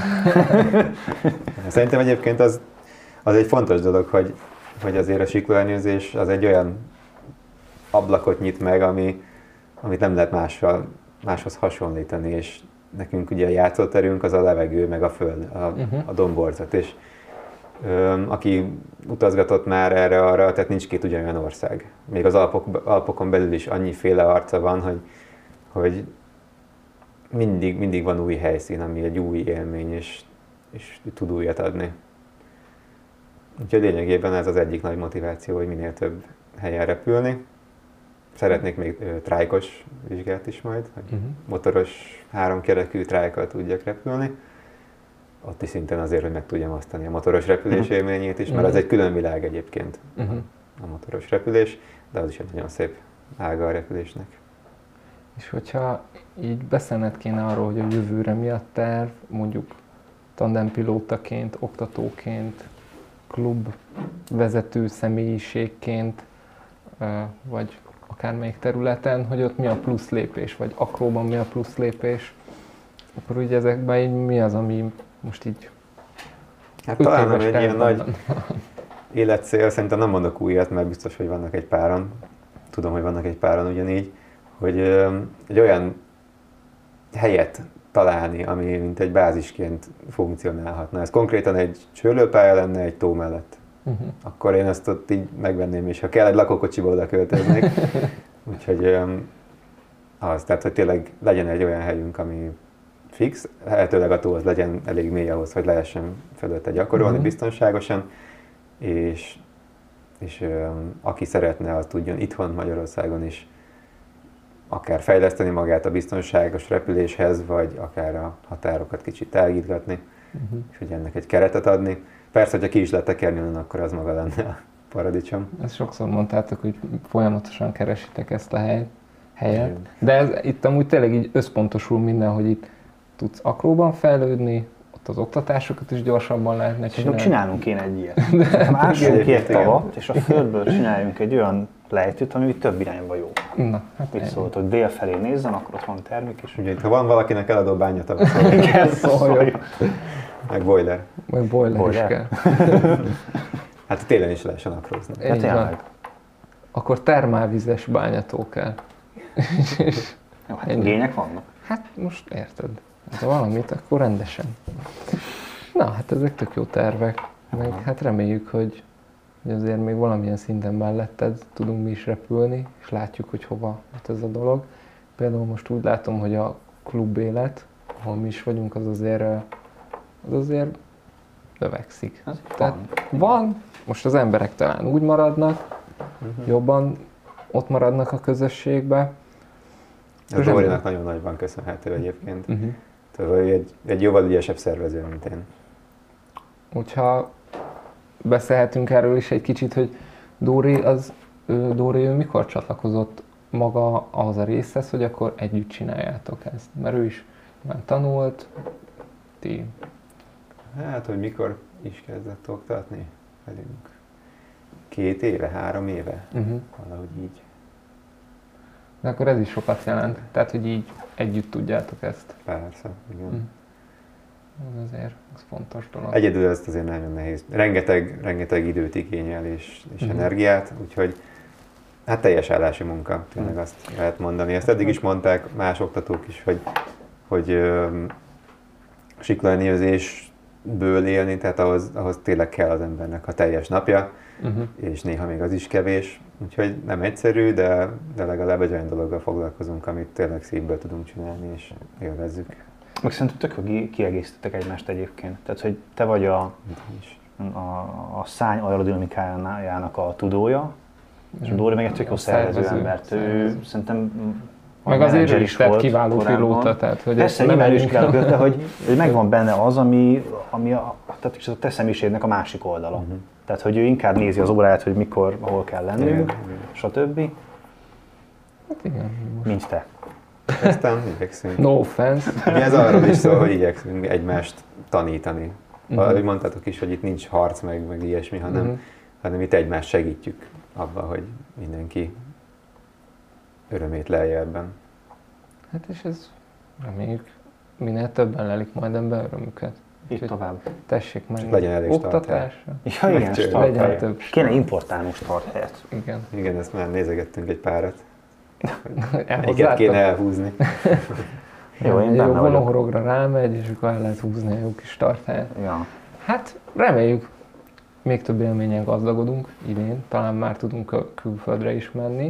Szerintem egyébként az, az egy fontos dolog, hogy, hogy azért a siklóelnyőzés az egy olyan ablakot nyit meg, ami, amit nem lehet mással, máshoz hasonlítani, és nekünk ugye a játszóterünk az a levegő, meg a föld, a, uh-huh. a domborzat, és ö, aki utazgatott már erre-arra, tehát nincs két ugyanolyan ország. Még az Alpok, Alpokon belül is annyiféle arca van, hogy, hogy mindig, mindig van új helyszín, ami egy új élmény, és, és tud újat adni. Úgyhogy lényegében ez az egyik nagy motiváció, hogy minél több helyen repülni. Szeretnék még ö, trájkos vizsgát is majd, hogy uh-huh. motoros, háromkerekű trájkkal tudjak repülni. Ott is szintén azért, hogy meg tudjam osztani a motoros repülés uh-huh. élményét is, mert uh-huh. az egy külön világ egyébként uh-huh. a motoros repülés, de az is egy nagyon szép ága a repülésnek. És hogyha így beszélned kéne arról, hogy a jövőre mi a terv, mondjuk tandempilótaként, oktatóként, klubvezető személyiségként, vagy akármelyik területen, hogy ott mi a plusz lépés, vagy akróban mi a plusz lépés, akkor ugye ezekben így mi az, ami most így hát talán nem egy ilyen nagy életcél, szerintem nem mondok újat, mert biztos, hogy vannak egy páran, tudom, hogy vannak egy páran ugyanígy, hogy egy olyan helyet találni, ami mint egy bázisként funkcionálhatna. Ez konkrétan egy csőlőpálya lenne egy tó mellett. Uh-huh. Akkor én ezt ott így megvenném, és ha kell, egy lakókocsiba oda költöznék. Úgyhogy az, tehát, hogy tényleg legyen egy olyan helyünk, ami fix, lehetőleg a tó az legyen elég mély ahhoz, hogy lehessen fölötte gyakorolni uh-huh. biztonságosan, és, és aki szeretne, az tudjon itthon Magyarországon is akár fejleszteni magát a biztonságos repüléshez, vagy akár a határokat kicsit tágítgatni, uh-huh. és hogy ennek egy keretet adni. Persze, hogyha ki is lehet tekerni, akkor az maga lenne a paradicsom. Ezt sokszor mondtátok, hogy folyamatosan keresitek ezt a hely, helyet, de ez, itt amúgy tényleg így összpontosul minden, hogy itt tudsz akróban fejlődni, ott az oktatásokat is gyorsabban lehetne csinálni. És csinálunk én egy ilyet. Másunk két tavat, és a földből csináljunk egy olyan lejtőt, ami több irányba jó. Na, hát így szólt, hogy dél felé nézzen, akkor ott van termik is. Ugye, ha van valakinek eladó bányatavat, szóljon. Meg boiler. Meg boiler, boiler. is kell. Hát télen is lehessen akrózni. Hát tényleg. Akkor termálvizes bányató kell. Jó, hát gények vannak. Hát most érted. Ha valamit, akkor rendesen. Na, hát ezek tök jó tervek. Meg hát reméljük, hogy, hogy azért még valamilyen szinten melletted tudunk mi is repülni, és látjuk, hogy hova jut ez a dolog. Például most úgy látom, hogy a klub élet, ahol mi is vagyunk, az azért, az azért növekszik. Ez Tehát van. van, most az emberek talán úgy maradnak, uh-huh. jobban ott maradnak a közösségbe. Ez Dórinak nagyon nagyban köszönhető egyébként. Uh-huh. Tehát egy, egy jóval ügyesebb szervező, mint én. Hogyha beszélhetünk erről is egy kicsit, hogy Dóri, az, ő, Dóri ő mikor csatlakozott maga ahhoz a részhez, hogy akkor együtt csináljátok ezt? Mert ő is már tanult, ti... Hát, hogy mikor is kezdett oktatni velünk. Két éve, három éve, uh-huh. valahogy így. De akkor ez is sokat jelent, tehát hogy így együtt tudjátok ezt. Persze, igen. Uh-huh. Ez azért, ez fontos dolog. Egyedül ezt azért nagyon nehéz. Rengeteg, rengeteg időt igényel és, és uh-huh. energiát, úgyhogy hát teljes állási munka, tényleg uh-huh. azt lehet mondani. Ezt eddig is mondták más oktatók is, hogy, hogy uh, siklóelnyőzés ből élni, tehát ahhoz, ahhoz tényleg kell az embernek a teljes napja, uh-huh. és néha még az is kevés. Úgyhogy nem egyszerű, de, de legalább egy olyan dologgal foglalkozunk, amit tényleg szívből tudunk csinálni, és élvezzük. Meg szerintem tök jól kiegészítettek egymást egyébként. Tehát, hogy te vagy a, a, a szárny aerodinamikájának a tudója, és a Dóri meg egy tök jó szervező embert. Ő szerintem meg azért ő is tett kiváló pilóta. Tehát, hogy persze, nyilván ő is kiváló pilóta, hogy, hogy megvan benne az, ami, ami a, tehát a te személyiségnek a másik oldala. Uh-huh. Tehát, hogy ő inkább nézi az óráját, hogy mikor, hol kell lennünk, stb. Hát igen. Mint te. Aztán igyekszünk. No offense. Mi ez arról is szól, hogy igyekszünk egymást tanítani. Valahogy uh-huh. mondtátok is, hogy itt nincs harc, meg, meg ilyesmi, hanem, uh-huh. hanem itt egymást segítjük abban, hogy mindenki örömét lelje ebben. Hát és ez reméljük minél többen lelik majd ebben örömüket. Így tovább. Tessék meg. Legyen elég oktatásra. Ja, igen, legyen több. Kéne importálni starthelyet. Igen. Igen, ezt már nézegettünk egy párat. Melyiket kéne elhúzni. Jó, én benne vagyok. Vonóhorogra rámegy, és akkor el lehet húzni a jó kis starthelyet. Ja. Hát reméljük, még több élményen gazdagodunk idén. Talán már tudunk külföldre is menni.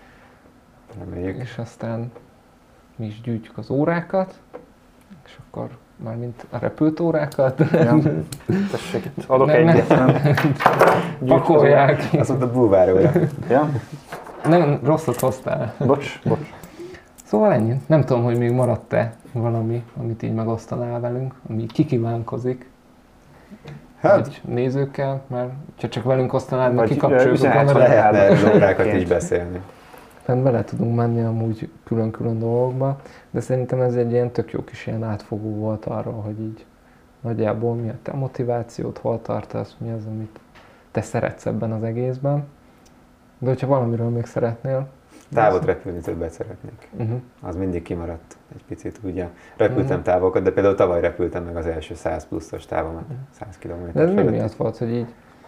Reméljük. És aztán mi is gyűjtjük az órákat, és akkor mármint a repült órákat. Ja. Tessék, adok ne, egyet, nem? Pakolják ki. Azt mondta, bulváróra. Ja? Nem, rosszat hoztál. Bocs, bocs. Szóval ennyi. Nem tudom, hogy még maradt-e valami, amit így megosztanál velünk, ami kikívánkozik. Hát, vagy nézőkkel, mert ha csak velünk osztanád, meg kikapcsoljuk a kamerát. Lehetne erről órákat is beszélni. Tehát bele tudunk menni amúgy külön-külön dolgokba, de szerintem ez egy ilyen tök jó kis ilyen átfogó volt arról, hogy így nagyjából mi a te motivációt, hol tartasz, mi az, amit te szeretsz ebben az egészben. De hogyha valamiről még szeretnél... Távot repülni többet szeretnék. Uh-huh. Az mindig kimaradt egy picit, ugye. Repültem uh-huh. távokat, de például tavaly repültem meg az első száz pluszos távomat, uh-huh. száz kilométer. De ez mi miatt volt, hogy így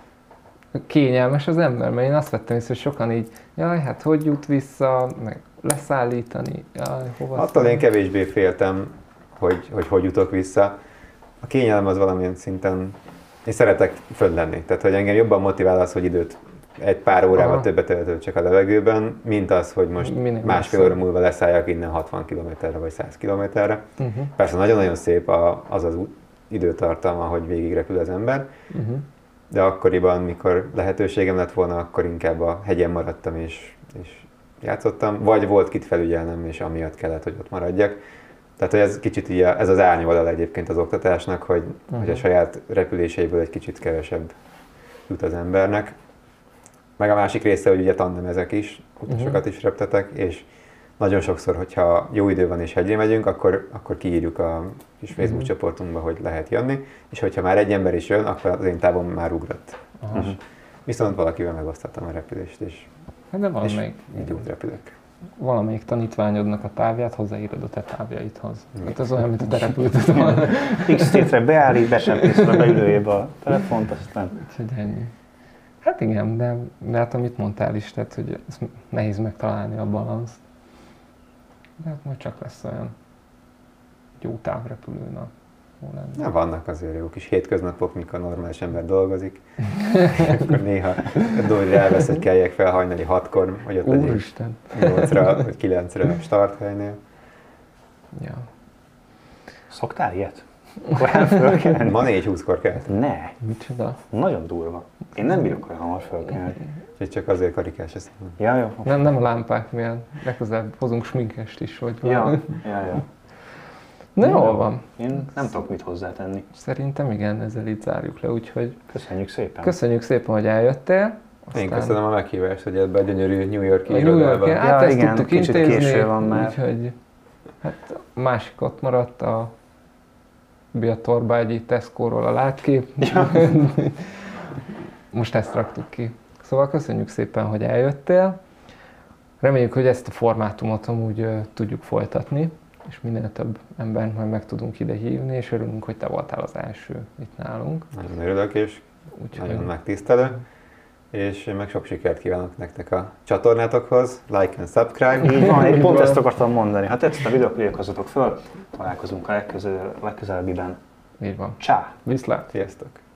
kényelmes az ember, mert én azt vettem észre, hogy sokan így, jaj, hát hogy jut vissza, meg leszállítani, jaj, hova... Attól én kevésbé féltem, hogy, hogy hogy jutok vissza. A kényelem az valamilyen szinten, én szeretek fönn lenni, tehát hogy engem jobban motivál az, hogy időt egy pár órával Aha. többet töltök a levegőben, mint az, hogy most Minél másfél óra múlva leszálljak innen hatvan kilométerre vagy száz kilométerre. Uh-huh. Persze nagyon-nagyon szép a, az az időtartalma, hogy végig repül az ember, uh-huh. de akkoriban, mikor lehetőségem lett volna, akkor inkább a hegyen maradtam és, és játszottam, vagy volt kit felügyelnem, és amiatt kellett, hogy ott maradjak. Tehát hogy ez kicsit így, ez az árnyoldal egyébként az oktatásnak, hogy, uh-huh. hogy a saját repüléseiből egy kicsit kevesebb jut az embernek. Meg a másik része, hogy ugye tandemezek is, utasokat uh-huh. is reptetek, és nagyon sokszor, hogyha jó idő van és hegyre megyünk, akkor, akkor kiírjuk a kis Facebook uh-huh. csoportunkba, hogy lehet jönni, és hogyha már egy ember is jön, akkor az én távom már ugrott. Uh-huh. Viszont valakivel megosztottam a repülést, és, hát de valamelyik, és így úgy repülök. Valamelyik tanítványodnak a távját hozzáírod a te távjaidhoz. Hát ez olyan, mint a te repülted volna. X tétre beállít, besempészed a beülőjébe a telefont, aztán... Úgyhogy ennyi. Hát igen, de, de hát amit mondtál is, tehát, hogy ez nehéz megtalálni a balanszt. De hát majd csak lesz olyan jó távrepülő nap. Na, vannak azért jó kis hétköznapok, mikor normális ember dolgozik. Akkor néha Dóri elvesz, hogy kelljek fel hajnali hatkor, hogy ott legyek nyolcra vagy kilencre a starthelynél. Ja. Szoktál ilyet? Korán fölkelni? Ma négy húszkor kelt. Ne! Micsoda? Nagyon durva. Én nem bírok olyan hamar fölkelni. Úgyhogy csak azért karikás ezt mondom. Ja, jó. Nem, nem a lámpák miatt. Legközelebb hozunk sminkest is, vagy ja, ja, ja. Na jól van. Én nem tudok mit hozzátenni. Szerintem igen, ezzel itt zárjuk le, úgyhogy... Köszönjük szépen. Köszönjük szépen, hogy eljöttél. Aztán... Én köszönöm a meghívást, hogy ebbe a gyönyörű New York-i irodában. Ja, hát ezt igen, tudtuk intézni, késő van már. Úgyhogy hát a másik ott maradt a Biatorbágyi Tesco-ról a látkép. Ja. Most ezt raktuk ki. Szóval köszönjük szépen, hogy eljöttél. Reméljük, hogy ezt a formátumot amúgy uh, tudjuk folytatni, és minél több embert majd meg tudunk ide hívni, és örülünk, hogy te voltál az első itt nálunk. Nagyon örülök, és Úgyhogy... nagyon megtisztelő. És én meg sok sikert kívánok nektek a csatornátokhoz. Like and subscribe. Így van, én pont ezt akartam mondani. Ha tetszett a videó, iratkozzatok föl, találkozunk a legközel, legközelebbiben. Így van. Csá! Viszlát! Sziasztok!